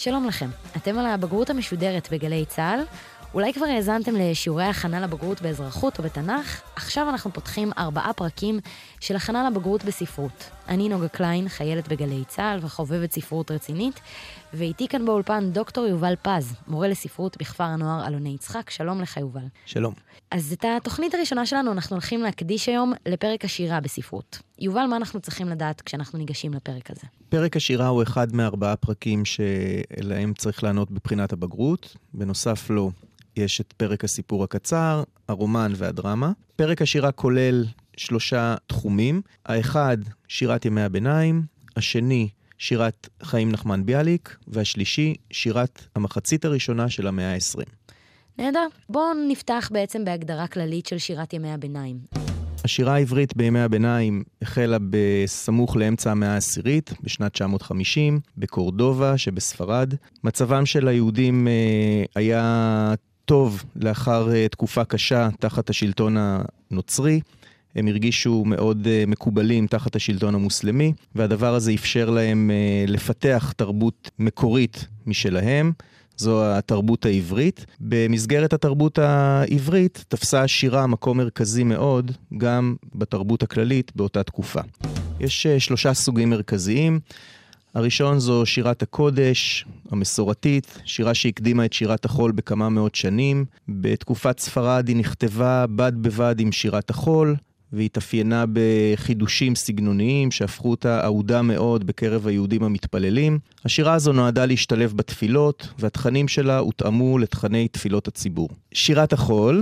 שלום לכם, אתם על הבגרות המשודרת בגלי צה"ל. אולי כבר האזנתם לשיעורי הכנה לבגרות באזרחות או בתנ"ך. עכשיו אנחנו פותחים 4 פרקים של הכנה לבגרות בספרות. אני נוגה קליין, חיילת בגלי צה"ל וחובבת ספרות רצינית, ואיתי כאן באולפן דוקטור יובל פז, מורה לספרות בכפר הנוער אלוני יצחק. שלום לך יובל. שלום. אז את התוכנית הראשונה שלנו אנחנו הולכים להקדיש היום לפרק השירה בספרות. יובל, מה אנחנו צריכים לדעת כשאנחנו ניגשים לפרק הזה? פרק השירה הוא אחד מ4 פרקים שלהם צריך לענות בבחינת הבגרות. בנוסף לו יש את פרק הסיפור הקצר, הרומן והדרמה. פרק השירה כולל 3 תחומים. האחד, שירת ימי הביניים. השני, שירת חיים נחמן ביאליק. והשלישי, שירת המחצית הראשונה של המאה ה-20. נהדר. בואו נפתח בעצם בהגדרה כללית של שירת ימי הביניים. השירה העברית בימי הביניים החלה בסמוך לאמצע המאה העשירית, בשנת 950, בקורדובה שבספרד. מצבם של היהודים היה טוב לאחר תקופה קשה תחת השלטון הנוצרי. הם הרגישו מאוד מקובלים תחת השלטון המוסלמי, והדבר הזה אפשר להם לפתח תרבות מקורית משלהם. זו התרבות העברית. במסגרת התרבות העברית תפסה השירה מקום מרכזי מאוד גם בתרבות הכללית באותה תקופה. יש 3 סוגים מרכזיים. הראשון זו שירת הקודש, המסורתית, שירה שהקדימה את שירת החול בכמה מאות שנים. בתקופת ספרד היא נכתבה בד בבד עם שירת החול, והיא תפיינה בחידושים סגנוניים שהפכו אותה אהודה מאוד בקרב היהודים המתפללים. השירה הזו נועדה להשתלב בתפילות, והתכנים שלה הותאמו לתכני תפילות הציבור. שירת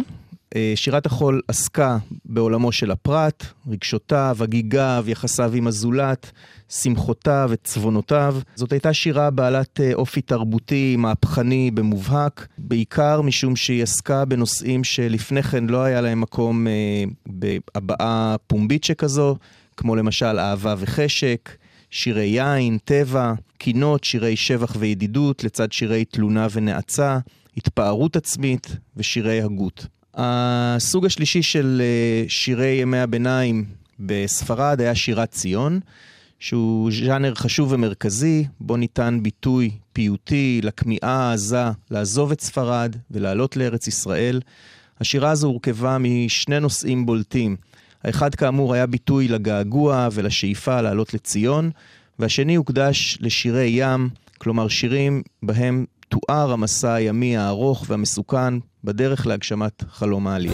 החול עסקה בעולמו של הפרט, רגשותיו, הגיגיו, יחסיו עם הזולת, שמחותיו וצבונותיו. זאת הייתה שירה בעלת אופי תרבותי, מהפכני, במובהק, בעיקר משום שהיא עסקה בנושאים שלפני כן לא היה להם מקום בהבעה פומבית שכזו, כמו למשל אהבה וחשק, שירי יין, טבע, קינות, שירי שבח וידידות, לצד שירי תלונה ונאצה, התפארות עצמית ושירי הגות. הסוג השלישי של שירי ימי הביניים בספרד היה שירת ציון, שהוא ז'אנר חשוב ומרכזי, בו ניתן ביטוי פיוטי לכמיהה העזה לעזוב את ספרד ולעלות לארץ ישראל. השירה הזו הורכבה משני נושאים בולטים. האחד כאמור היה ביטוי לגעגוע ולשאיפה לעלות לציון, והשני הוקדש לשירי ים, כלומר שירים בהם תואר המסע הימי הארוך והמסוכן בדרך להגשמת חלום העלייה.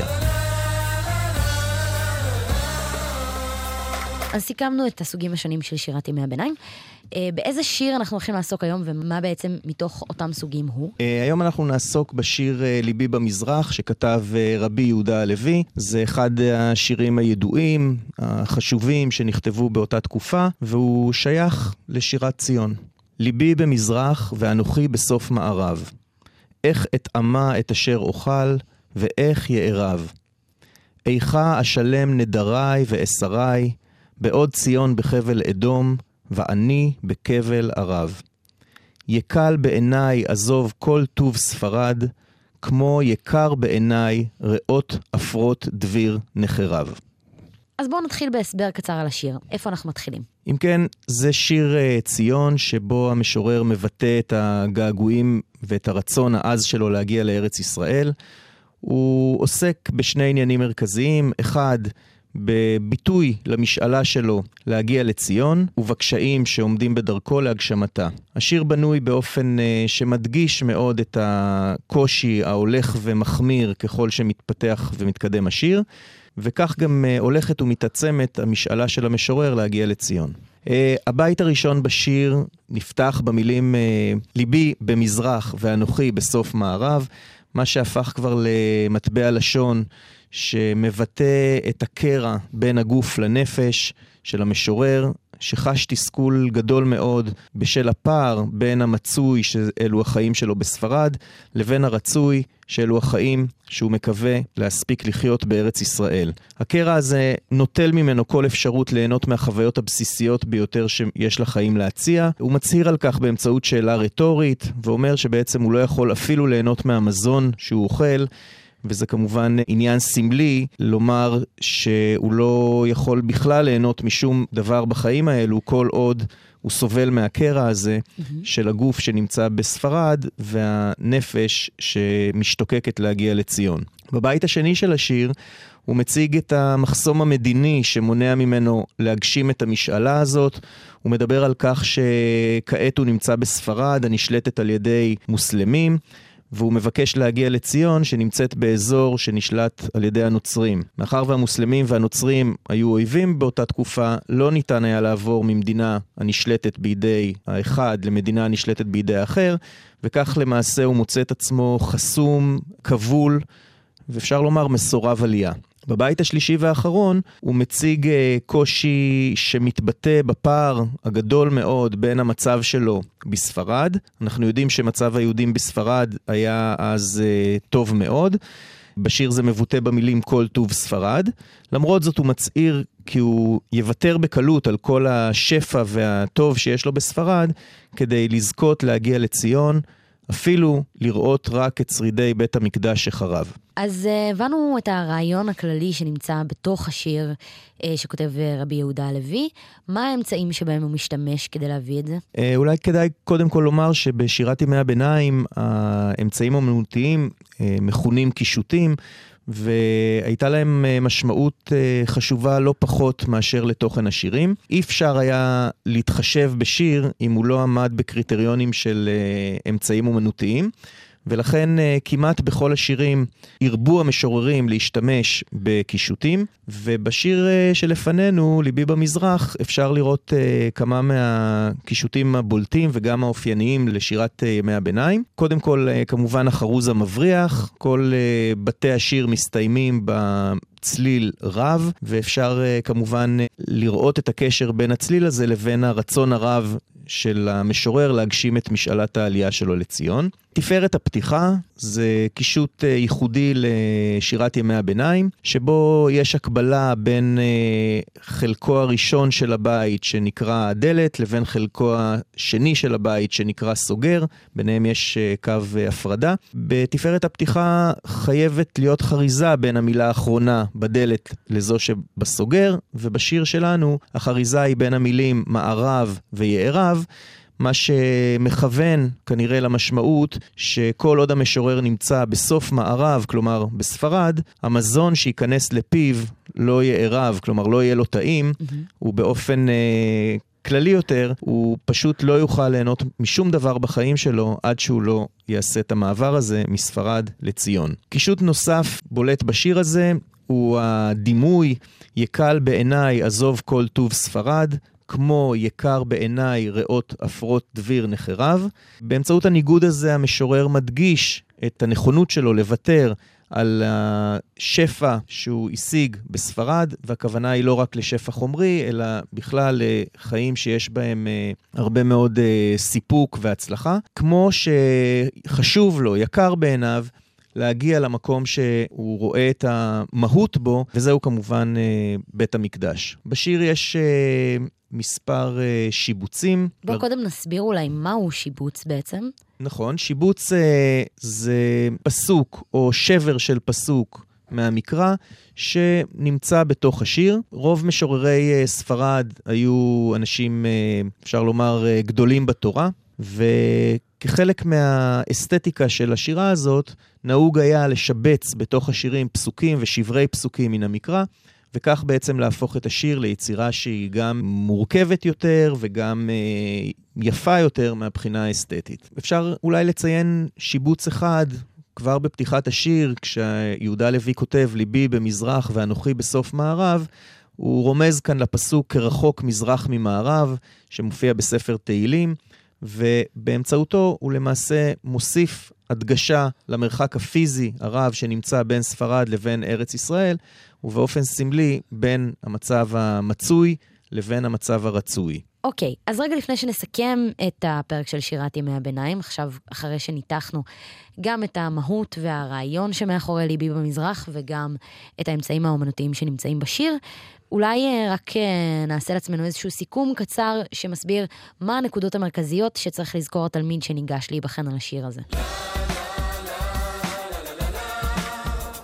אז סיכמנו את הסוגים השונים של שירת ימי הביניים. באיזה שיר אנחנו הולכים לעסוק היום, ומה בעצם מתוך אותם סוגים הוא? היום אנחנו נעסוק בשיר ליבי במזרח, שכתב רבי יהודה הלוי. זה אחד השירים הידועים, החשובים, שנכתבו באותה תקופה, והוא שייך לשירת ציון. ליבי במזרח ואנוכי בסוף מערב. איך אטעמה את אשר אוכל, ואיך יערב. איכה אשלם נדריי ואסריי, בעוד ציון בחבל אדום, ואני בכבל ערב. יקל בעיניי עזוב כל טוב ספרד, כמו יקר בעיניי ראות אפרות דביר נחרב. אז בואו נתחיל בהסבר קצר על השיר. איפה אנחנו מתחילים? אם כן, זה שיר ציון שבו המשורר מבטא את הגעגועים ואת הרצון העז שלו להגיע לארץ ישראל. הוא עוסק בשני עניינים מרכזיים. אחד, בביטוי למשאלה שלו להגיע לציון, ובקשיים שעומדים בדרכו להגשמתה. השיר בנוי באופן שמדגיש מאוד את הקושי ההולך ומחמיר ככל שמתפתח ומתקדם השיר, וכך גם הולכת ומתעצמת המשאלה של המשורר להגיע לציון. הבית הראשון בשיר נפתח במילים ליבי במזרח ואנוכי בסוף מערב, מה שהפך כבר למטבע לשון שמבטא את הקרע בין הגוף לנפש של המשורר, שחש תסכול גדול מאוד בשל הפער בין המצוי שאלו החיים שלו בספרד, לבין הרצוי שאלו החיים שהוא מקווה להספיק לחיות בארץ ישראל. הקרע הזה נוטל ממנו כל אפשרות ליהנות מהחוויות הבסיסיות ביותר שיש לחיים להציע. הוא מצהיר על כך באמצעות שאלה רטורית, ואומר שבעצם הוא לא יכול אפילו ליהנות מהמזון שהוא אוכל, וזה כמובן עניין סמלי לומר שהוא לא יכול בכלל ליהנות משום דבר בחיים האלו, כל עוד הוא סובל מהקרע הזה של הגוף שנמצא בספרד והנפש שמשתוקקת להגיע לציון. בבית השני של השיר הוא מציג את המחסום המדיני שמונע ממנו להגשים את המשאלה הזאת. הוא מדבר על כך שכעת הוא נמצא בספרד, הנשלטת על ידי מוסלמים, והוא מבקש להגיע לציון שנמצאת באזור שנשלט על ידי הנוצרים. מאחר והמוסלמים והנוצרים היו אויבים באותה תקופה, לא ניתן היה לעבור ממדינה הנשלטת בידי האחד למדינה הנשלטת בידי האחר, וכך למעשה הוא מוצא את עצמו חסום, כבול, ואפשר לומר מסורב עלייה. בבית השלישי והאחרון הוא מציג קושי שמתבטא בפער הגדול מאוד בין המצב שלו בספרד. אנחנו יודעים שמצב היהודים בספרד היה אז טוב מאוד. בשיר זה מבוטא במילים כל טוב ספרד. למרות זאת הוא מצעיר כי הוא יוותר בקלות על כל השפע והטוב שיש לו בספרד כדי לזכות להגיע לציון, אפילו לראות רק את שרידי בית המקדש שחרב. אז הבנו את הרעיון הכללי שנמצא בתוך השיר שכותב רבי יהודה הלוי. מה האמצעים שבהם הוא משתמש כדי להביא את זה? אולי כדאי קודם כל לומר שבשירת ימי הביניים האמצעים האמנותיים מכונים קישוטים, והייתה להם משמעות חשובה לא פחות מאשר לתוכן השירים. אי אפשר היה להתחשב בשיר אם הוא לא עמד בקריטריונים של אמצעים אומנותיים, ולכן כמעט בכל השירים הרבו המשוררים להשתמש בקישוטים, ובשיר שלפנינו, ליבי במזרח, אפשר לראות כמה מהקישוטים הבולטים וגם האופייניים לשירת ימי הביניים. קודם כל, כמובן החרוז המבריח, כל בתי השיר מסתיימים צליל רב, ואפשר כמובן לראות את הקשר בין הצליל הזה לבין הרצון הרב של המשורר להגשים את משאלת העלייה שלו לציון. תפארת הפתיחה זה קישוט ייחודי לשירת ימי הביניים, שבו יש הקבלה בין חלקו הראשון של הבית שנקרא הדלת, לבין חלקו השני של הבית שנקרא סוגר, ביניהם יש קו הפרדה. בתפארת הפתיחה חייבת להיות חריזה בין המילה האחרונה בדלת לזו שבסוגר, ובשיר שלנו החריזה היא בין המילים מערב ויערב, מה שמכוון כנראה למשמעות שכל עוד המשורר נמצא בסוף מערב, כלומר בספרד, המזון שייכנס לפיו לא יערב, כלומר לא יהיה לו טעים, ובאופן כללי יותר, הוא פשוט לא יוכל ליהנות משום דבר בחיים שלו עד שהוא לא יעשה את המעבר הזה מספרד לציון. קישוט נוסף בולט בשיר הזה הוא הדימוי יקל בעיניי עזוב כל טוב ספרד, כמו יקר בעיניי ראות אפרות דביר נחרב. באמצעות הניגוד הזה המשורר מדגיש את הנכונות שלו לוותר על השפע שהוא השיג בספרד, והכוונה היא לא רק לשפע חומרי, אלא בכלל לחיים שיש בהם הרבה מאוד סיפוק והצלחה. כמו שחשוב לו, יקר בעיניו, להגיע למקום שהוא רואה את המהות בו, וזהו כמובן בית המקדש. בשיר יש מספר שיבוצים. בוא קודם נסביר אולי מהו שיבוץ בעצם. נכון, שיבוץ זה פסוק או שבר של פסוק מהמקרא שנמצא בתוך השיר. רוב משוררי ספרד היו אנשים, אפשר לומר, גדולים בתורה, וכחלק מהאסתטיקה של השירה הזאת, נהוג היה לשבץ בתוך השירים פסוקים ושברי פסוקים מן המקרא, וכך בעצם להפוך את השיר ליצירה שהיא גם מורכבת יותר וגם יפה יותר מהבחינה האסתטית. אפשר אולי לציין שיבוץ אחד כבר בפתיחת השיר, כשיהודה הלוי כותב ליבי במזרח ואנוכי בסוף מערב, הוא רומז כאן לפסוק כרחוק מזרח ממערב, שמופיע בספר תהילים, ובאמצעותו הוא למעשה מוסיף הדגשה למרחק הפיזי הרב שנמצא בין ספרד לבין ארץ ישראל, ובאופן סמלי בין המצב המצוי לבין המצב הרצוי. אוקיי, אז רגע לפני שנסכם את הפרק של שירת ימי הביניים, עכשיו אחרי שניתחנו גם את המהות והרעיון שמאחורי ליבי במזרח, וגם את האמצעים האומנותיים שנמצאים בשיר, אולי רק נעשה לעצמנו איזשהו סיכום קצר שמסביר מה הנקודות המרכזיות שצריך לזכור התלמיד שניגש להיבחן על השיר הזה.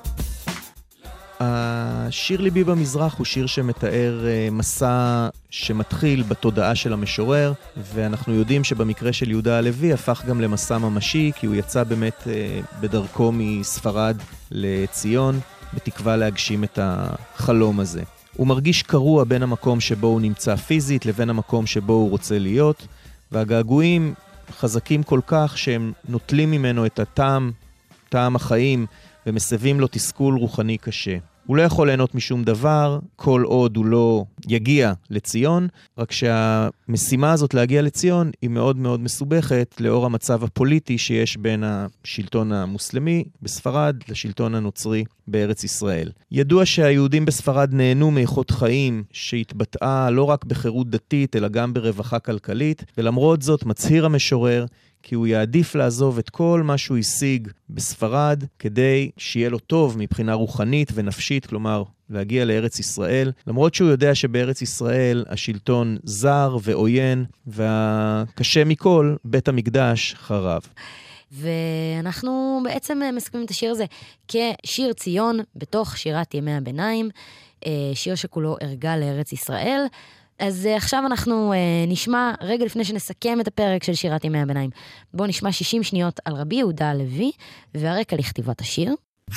השיר ליבי במזרח הוא שיר שמתאר מסע שמתחיל בתודעה של המשורר, ואנחנו יודעים שבמקרה של יהודה הלוי הפך גם למסע ממשי, כי הוא יצא באמת בדרכו מספרד לציון, בתקווה להגשים את החלום הזה. הוא מרגיש קרוע בין המקום שבו הוא נמצא פיזית לבין המקום שבו הוא רוצה להיות, והגעגועים חזקים כל כך שהם נוטלים ממנו את טעם החיים, ומסבים לו תסכול רוחני קשה. הוא לא יכול ליהנות משום דבר, כל עוד הוא לא יגיע לציון, רק שהמשימה הזאת להגיע לציון היא מאוד מאוד מסובכת, לאור המצב הפוליטי שיש בין השלטון המוסלמי בספרד לשלטון הנוצרי בארץ ישראל. ידוע שהיהודים בספרד נהנו מאיכות חיים שהתבטאה לא רק בחירות דתית, אלא גם ברווחה כלכלית, ולמרות זאת מצהיר המשורר, כי הוא יעדיף לעזוב את כל מה שהוא השיג בספרד, כדי שיהיה לו טוב מבחינה רוחנית ונפשית, כלומר, להגיע לארץ ישראל, למרות שהוא יודע שבארץ ישראל השלטון זר ועוין, והקשה מכל, בית המקדש חרב. ואנחנו בעצם מסכמים את השיר הזה כשיר ציון בתוך שירת ימי הביניים, שיר שכולו ארגע לארץ ישראל. אז עכשיו אנחנו נשמע, רגע לפני שנסכם את הפרק של שירת ימי הביניים, בואו נשמע 60 שניות על רבי יהודה הלוי, והרקע לכתיבת השיר.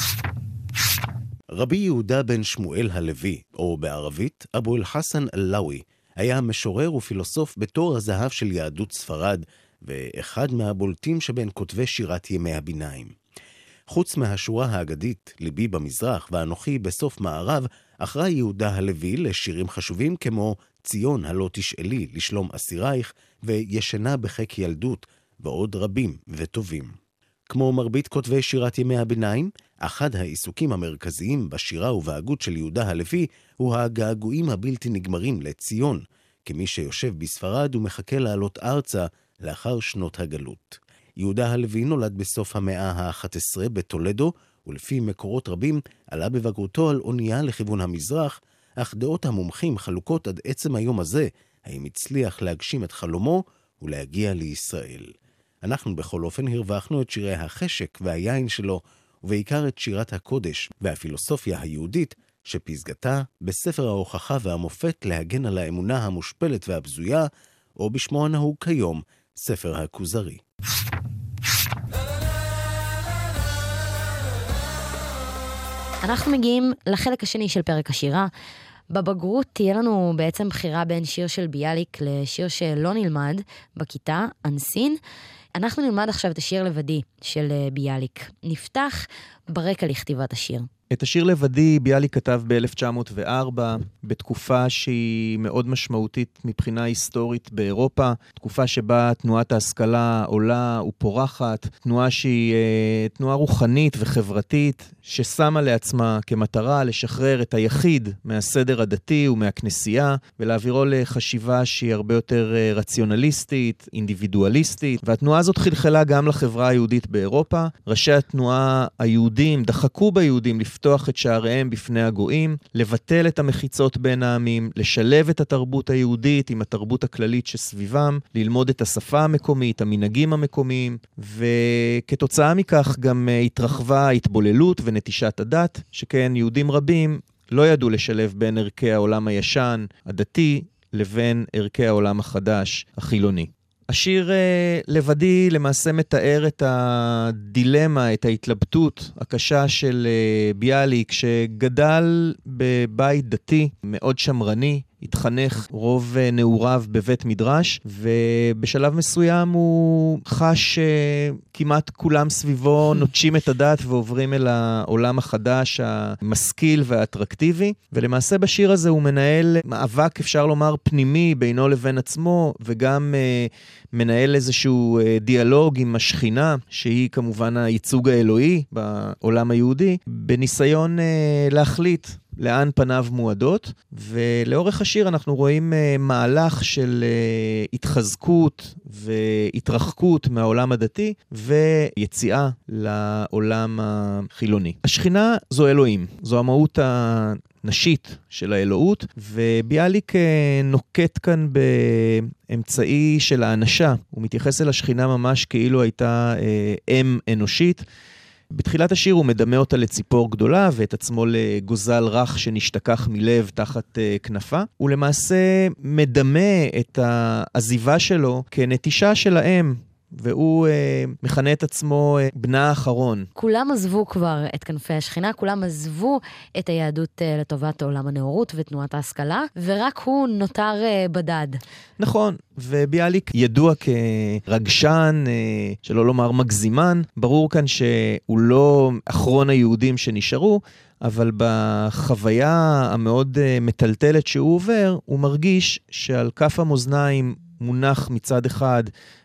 רבי יהודה בן שמואל הלוי, או בערבית אבו אל-חסן אל-לאוי, היה משורר ופילוסוף בתור הזהב של יהדות ספרד, ואחד מהבולטים שבין כותבי שירת ימי הביניים. חוץ מהשורה האגדית, ליבי במזרח ואנוכי בסוף מערב, אחראי יהודה הלוי לשירים חשובים כמו ציון הלא תשאלי לשלום אסירייך וישנה בחיק ילדות ועוד רבים וטובים. כמו מרבית כותבי שירת ימי הביניים, אחד העיסוקים המרכזיים בשירה ובהגות של יהודה הלוי הוא הגעגועים הבלתי נגמרים לציון, כמי שיושב בספרד ומחכה לעלות ארצה לאחר שנות הגלות. יהודה הלוי נולד בסוף המאה ה-11 בטולדו, ולפי מקורות רבים עלה בבגרותו על אונייה לכיוון המזרח, אך דעות המומחים חלוקות עד עצם היום הזה, האם הצליח להגשים את חלומו ולהגיע לישראל. אנחנו בכל אופן הרווחנו את שירי החשק והיין שלו, ובעיקר את שירת הקודש והפילוסופיה היהודית, שפסגתה בספר ההוכחה והמופת להגן על האמונה המושפלת והבזויה, או בשמו הנהוג כיום, ספר הכוזרי. אנחנו מגיעים לחלק השני של פרק השירה. בבגרות תהיה לנו בעצם בחירה בין שיר של ביאליק לשיר שלא נלמד בכיתה, אנסין. אנחנו נלמד עכשיו את השיר לבדי של ביאליק. נפתח ברקע לכתיבת השיר. את השיר לבדי ביאליק כתב ב-1904, בתקופה שהיא מאוד משמעותית מבחינה היסטורית באירופה, תקופה שבה תנועת ההשכלה עולה ופורחת, תנועה שהיא תנועה רוחנית וחברתית, ששמה לעצמה כמטרה לשחרר את היחיד מהסדר הדתי ומהכנסייה, ולהעבירו לחשיבה שהיא הרבה יותר רציונליסטית, אינדיבידואליסטית, והתנועה הזאת חלחלה גם לחברה היהודית באירופה. ראשי התנועה היהודים דחקו ביהודים לפתוח את שעריהם בפני הגויים, לבטל את המחיצות בין העמים, לשלב את התרבות היהודית עם התרבות הכללית שסביבם, ללמוד את השפה המקומית, המנהגים המקומיים, וכתוצאה מכך גם התרחבה ההתבוללות ונטישת הדת, שכן יהודים רבים לא ידעו לשלב בין ערכי העולם הישן, הדתי, לבין ערכי העולם החדש, החילוני. השיר לבדי למעשה מתאר את הדילמה, את ההתלבטות הקשה של ביאליק, שגדל בבית דתי מאוד שמרני, התחנך רוב נעוריו בבית מדרש, ובשלב מסוים הוא חש כמעט כולם סביבו נוטשים את הדת ועוברים אל העולם החדש, המשכיל והאטרקטיבי, ולמעשה בשיר הזה הוא מנהל מאבק, אפשר לומר, פנימי בינו לבין עצמו, וגם מנהל איזשהו דיאלוג עם השכינה, שהיא כמובן הייצוג האלוהי בעולם היהודי, בניסיון להחליט לאן פניו מועדות, ולאורך השיר אנחנו רואים מהלך של התחזקות והתרחקות מהעולם הדתי, ויציאה לעולם החילוני. השכינה זו אלוהים, זו המהות הנשית של האלוהות, וביאליק נוקט כאן באמצעי של האנשה, הוא מתייחס אל השכינה ממש כאילו הייתה אם אנושית, בתחילת השיר הוא מדמה אותה לציפור גדולה, ואת עצמו לגוזל רך שנשתכח מלב תחת כנפה. הוא למעשה מדמה את העזיבה שלו כנטישה של האם, והוא מכנה את עצמו בנה האחרון. כולם עזבו כבר את כנפי השכינה, כולם עזבו את היהדות לטובת עולם הנאורות ותנועת ההשכלה, ורק הוא נותר בדד. נכון, וביאליק ידוע כרגשן, שלא לומר מגזימן. ברור כאן שהוא לא אחרון היהודים שנשארו, אבל בחוויה המאוד מטלטלת שהוא עובר, הוא מרגיש שעל כף המאזניים מונח מצד אחד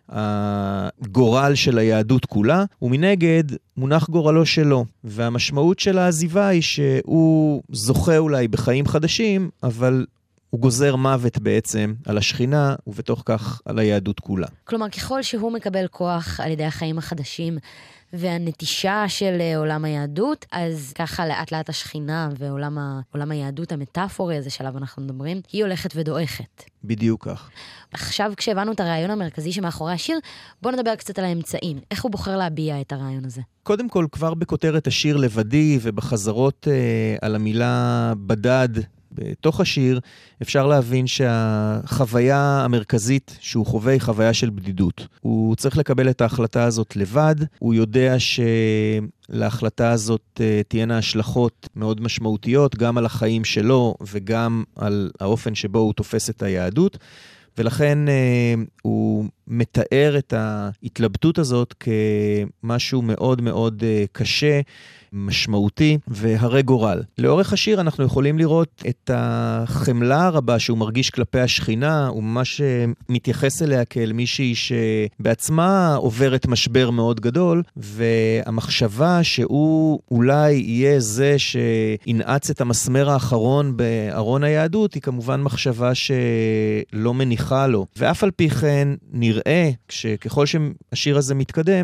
הגורל של היהדות כולה, ומנגד מונח גורלו שלו. והמשמעות של העזיבה היא שהוא זוכה אולי בחיים חדשים, אבל הוא גוזר מוות בעצם על השכינה, ובתוך כך על היהדות כולה. כלומר, ככל שהוא מקבל כוח על ידי החיים החדשים, והנטישה של עולם היהדות, אז ככה לאט לאט השכינה ועולם היהדות המטאפורי הזה שעליו אנחנו מדברים, היא הולכת ודועכת. בדיוק כך. עכשיו כשהבנו את הרעיון המרכזי שמאחורי השיר, בואו נדבר קצת על האמצעים. איך הוא בוחר להביע את הרעיון הזה? קודם כל, כבר בכותרת השיר לבדי ובחזרות על המילה בדד, בתוך השיר אפשר להבין שהחוויה המרכזית שהוא חווה היא חוויה של בדידות. הוא צריך לקבל את ההחלטה הזאת לבד, הוא יודע שלהחלטה הזאת תהיינה השלכות מאוד משמעותיות, גם על החיים שלו וגם על האופן שבו הוא תופס את היהדות, ולכן הוא מתאר את ההתלבטות הזאת כמשהו מאוד מאוד קשה, משמעותי והרי גורל. לאורך השיר אנחנו יכולים לראות את החמלה הרבה שהוא מרגיש כלפי השכינה, הוא ממש מתייחס אליה כאל מישהי שבעצמה עוברת משבר מאוד גדול, והמחשבה שהוא אולי יהיה זה שינעץ את המסמר האחרון בארון היהדות, היא כמובן מחשבה שלא מניחה לו. ואף על פי כן נראה, ככל שהשיר הזה מתקדם,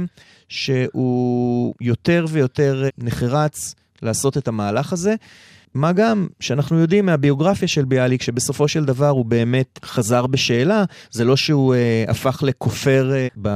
שהוא יותר ויותר נחרץ לעשות את המהלך הזה, מה גם שאנחנו יודעים מהביוגרפיה של ביאליק, שבסופו של דבר הוא באמת חזר בשאלה, זה לא שהוא הפך לכופר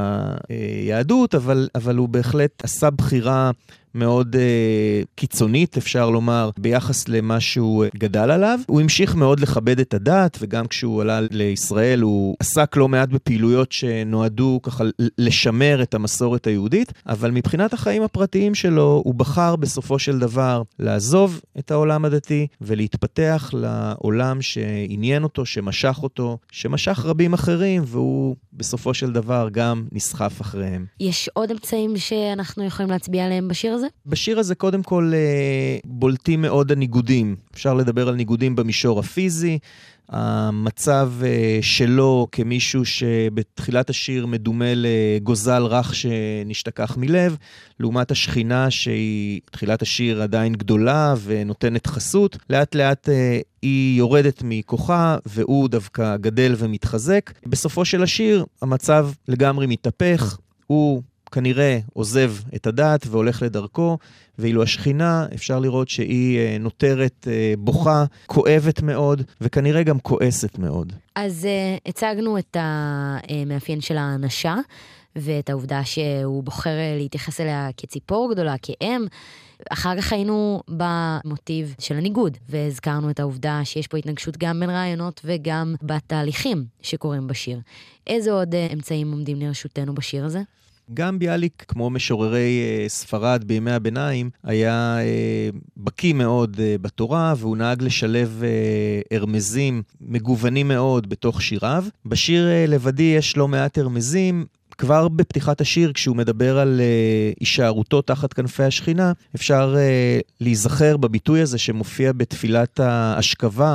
ביהדות, אבל הוא בהחלט עשה בחירה מאוד קיצונית, אפשר לומר, ביחס למה שהוא גדל עליו. הוא המשיך מאוד לכבד את הדת, וגם כשהוא עלה לישראל הוא עסק לא מעט בפעילויות שנועדו ככה לשמר את המסורת היהודית, אבל מבחינת החיים הפרטיים שלו, הוא בחר בסופו של דבר לעזוב את העולם הדתי, ולהתפתח לעולם שעניין אותו, שמשך אותו, שמשך רבים אחרים, והוא בסופו של דבר גם נסחף אחריהם. יש עוד אמצעים שאנחנו יכולים להצביע עליהם בשיר הזה? בשיר הזה קודם כל בולטים מאוד הניגודים. אפשר לדבר על ניגודים במישור הפיזי, המצב שלו כמישהו שבתחילת השיר מדומה לגוזל רך שנשתכח מלב, לעומת השכינה שהיא תחילת השיר עדיין גדולה ונותנת חסות. לאט לאט היא יורדת מכוחה והוא דווקא גדל ומתחזק. בסופו של השיר המצב לגמרי מתהפך, הוא כנראה עוזב את הדת והולך לדרכו, ואילו השכינה אפשר לראות שהיא נותרת בוכה, כואבת מאוד, וכנראה גם כועסת מאוד. אז הצגנו את המאפיין של האנשה, ואת העובדה שהוא בוחר להתייחס אליה כציפור גדולה, כאם. אחר כך היינו במוטיב של הניגוד, והזכרנו את העובדה שיש פה התנגשות גם בין רעיונות וגם בתהליכים שקורים בשיר. איזה עוד אמצעים עומדים לרשותנו בשיר הזה? גם ביאליק, כמו משוררי ספרד בימי הביניים, היה בקיא מאוד בתורה, והוא נהג לשלב הרמזים מגוונים מאוד בתוך שיריו. בשיר לבדי יש לא מעט הרמזים. כבר בפתיחת השיר, כשהוא מדבר על הישארותו תחת כנפי השכינה, אפשר להיזכר בביטוי הזה שמופיע בתפילת ההשכבה,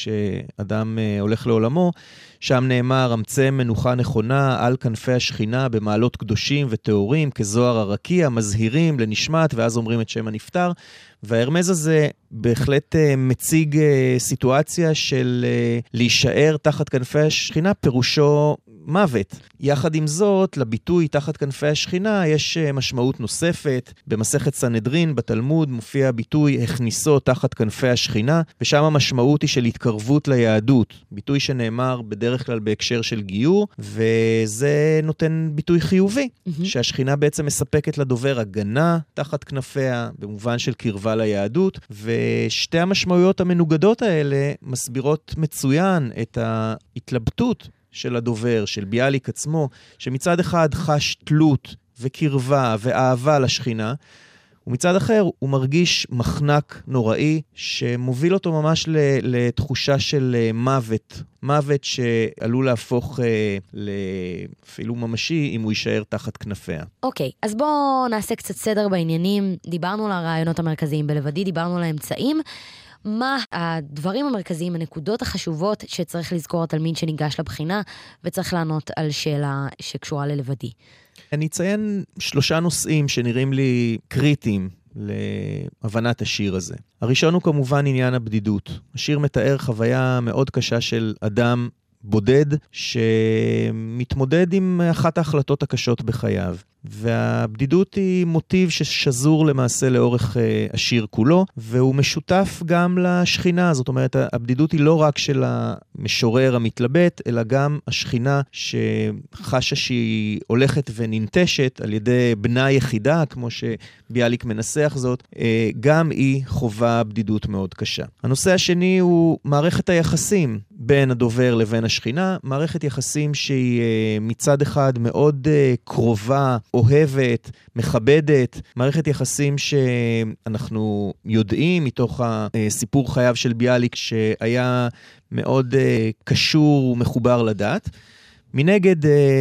כשאדם הולך לעולמו, שם נאמר, אמצא מנוחה נכונה על כנפי השכינה במעלות קדושים וטהורים, כזוהר הרקיע, מזהירים לנשמת, ואז אומרים את שם הנפטר. וההרמז הזה בהחלט מציג סיטואציה של להישאר תחת כנפי השכינה, פירושו מוות. יחד עם זאת, לביטוי תחת כנפי השכינה יש משמעות נוספת. במסכת סנהדרין, בתלמוד, מופיע הביטוי הכניסו תחת כנפי השכינה, ושם המשמעות היא של התקרבות ליהדות. ביטוי שנאמר בדרך כלל בהקשר של גיור, וזה נותן ביטוי חיובי, שהשכינה בעצם מספקת לדובר הגנה תחת כנפיה, במובן של קרבה ליהדות, ושתי המשמעויות המנוגדות האלה מסבירות מצוין את ההתלבטות של הדובר, של ביאליק עצמו, שמצד אחד חש תלות וקרבה ואהבה לשכינה, ומצד אחר הוא מרגיש מחנק נוראי שמוביל אותו ממש לתחושה של מוות. מוות שעלול להפוך לאפילו ממשי אם הוא יישאר תחת כנפיה. אוקיי, אז בואו נעשה קצת סדר בעניינים. דיברנו על הרעיונות המרכזיים בלבדי, דיברנו על האמצעים. מה הדברים המרכזיים, הנקודות החשובות שצריך לזכור התלמיד שניגש לבחינה וצריך לענות על שאלה שקשורה ללבדי? אני אציין 3 נושאים שנראים לי קריטיים להבנת השיר הזה. הראשון הוא כמובן עניין הבדידות. השיר מתאר חוויה מאוד קשה של אדם בודד שמתמודד עם אחת ההחלטות הקשות בחייו. והבדידות היא מוטיב ששזור למעשה לאורך השיר כולו, והוא משותף גם לשכינה. זאת אומרת, הבדידות היא לא רק של המשורר המתלבט, אלא גם השכינה שחשה שהיא הולכת וננטשת על ידי בנה יחידה, כמו שביאליק מנסח זאת, גם היא חובה בדידות מאוד קשה. הנושא השני הוא מערכת היחסים בין הדובר לבין השכינה, מערכת יחסים שהיא מצד אחד מאוד קרובה, אוהבת, מכבדת, מערכת יחסים שאנחנו יודעים מתוך הסיפור חייו של ביאליק שהיה מאוד קשור ומחובר לדת. מנגד,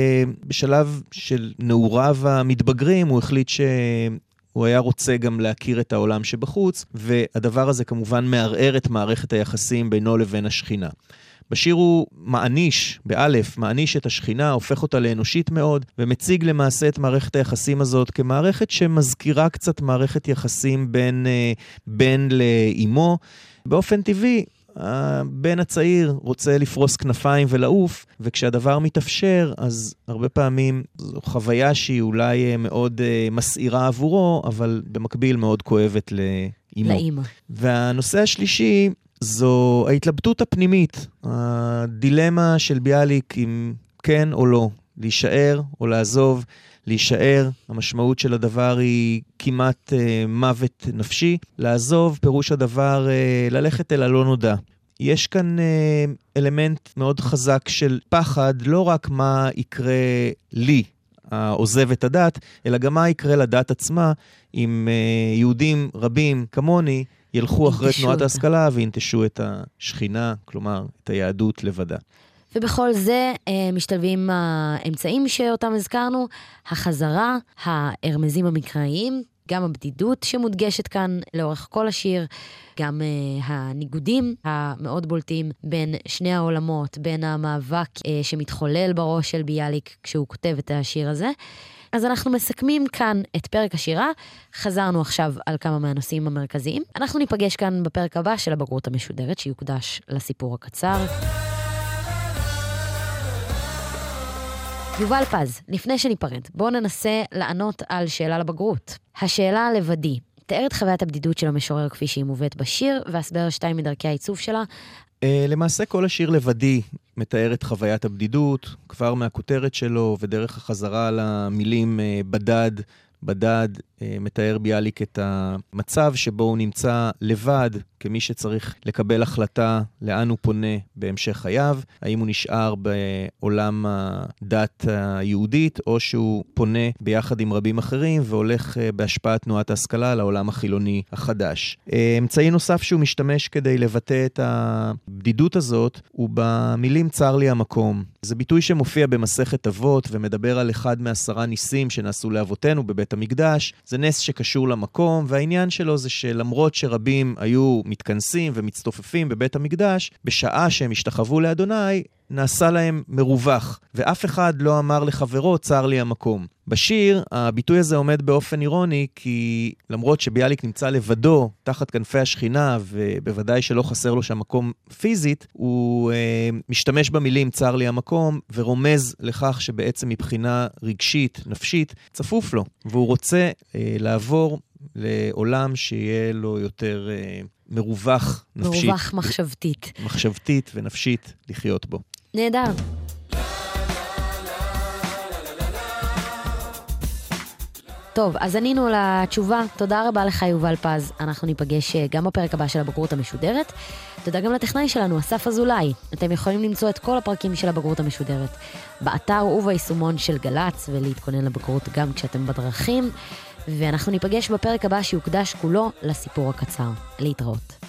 בשלב של נעוריו המתבגרים, הוא החליט שהוא היה רוצה גם להכיר את העולם שבחוץ, והדבר הזה כמובן מערער את מערכת היחסים בינו לבין השכינה. בשיר הוא מעניש את השכינה, הופך אותה לאנושית מאוד, ומציג למעשה את מערכת היחסים הזאת כמערכת שמזכירה קצת מערכת יחסים בין לאמו. באופן טבעי, הבן הצעיר רוצה לפרוס כנפיים ולעוף, וכשהדבר מתאפשר, אז הרבה פעמים זו חוויה שהיא אולי מאוד מסעירה עבורו, אבל במקביל מאוד כואבת לאמו. והנושא השלישי, זו ההתלבטות הפנימית, הדילמה של ביאליק אם כן או לא, להישאר או לעזוב, להישאר, המשמעות של הדבר היא כמעט מוות נפשי, לעזוב פירוש הדבר ללכת אל הלא נודע. יש כאן אלמנט מאוד חזק של פחד, לא רק מה יקרה לי, העוזב את הדת, אלא גם מה יקרה לדת עצמה, אם יהודים רבים כמוני, ילכו אחרי תנועת ההשכלה וינטשו את השכינה, כלומר, את היהדות לבדה. ובכל זה משתלבים האמצעים שאותם הזכרנו, החזרה, ההרמזים המקראיים, גם הבדידות שמודגשת כאן לאורך כל השיר, גם הניגודים המאוד בולטים בין שני העולמות, בין המאבק שמתחולל בראש של ביאליק כשהוא כותב את השיר הזה. אז אנחנו מסכמים כאן את פרק השירה, חזרנו עכשיו על כמה מהנושאים המרכזיים. אנחנו ניפגש כאן בפרק הבא של הבגרות המשודרת, שיוקדש לסיפור הקצר. יובל פז, לפני שניפרד, בואו ננסה לענות על שאלה לבגרות. השאלה לבדי, תאר את חוויית הבדידות של המשורר כפי שהיא מובאת בשיר, והסבר 2 מדרכי העיצוב שלה. למעשה כל השיר לבדי מתאר את חוויית הבדידות, כבר מהכותרת שלו ודרך החזרה למילים בדד, מתאר ביאליק את המצב שבו הוא נמצא לבד, כמי שצריך לקבל החלטה לאן הוא פונה בהמשך חייו, האם הוא נשאר בעולם הדת היהודית, או שהוא פונה ביחד עם רבים אחרים, והולך בהשפעת תנועת ההשכלה לעולם החילוני החדש. אמצעי נוסף שהוא משתמש כדי לבטא את הבדידות הזאת, הוא במילים צר לי המקום. זה ביטוי שמופיע במסכת אבות, ומדבר על אחד מ10 ניסים שנעשו לאבותינו בבית המקדש. זה נס שקשור למקום, והעניין שלו זה שלמרות שרבים היו מתכנסים ומצטופפים בבית המקדש, בשעה שהם השתחוו לאדוני, נעשה להם מרווח, ואף אחד לא אמר לחברו, צר לי המקום. בשיר, הביטוי הזה עומד באופן אירוני, כי למרות שביאליק נמצא לבדו, תחת כנפי השכינה, ובוודאי שלא חסר לו שם מקום פיזית, הוא משתמש במילים צר לי המקום, ורומז לכך שבעצם מבחינה רגשית, נפשית, צפוף לו, והוא רוצה לעבור לעולם שיהיה לו יותר מרווח נפשית. מרווח מחשבתית. מחשבתית ונפשית לחיות בו. נהדר. טוב, אז ענינו לתשובה. תודה רבה לך יובל פז. אנחנו ניפגש גם בפרק הבא של הבגרות המשודרת. תודה גם לטכנאי שלנו, אסף אזולאי. אתם יכולים למצוא את כל הפרקים של הבגרות המשודרת באתר וביישומון של גלץ, ולהתכונן לבגרות גם כשאתם בדרכים. ואנחנו ניפגש בפרק הבא שיוקדש כולו לסיפור הקצר. להתראות.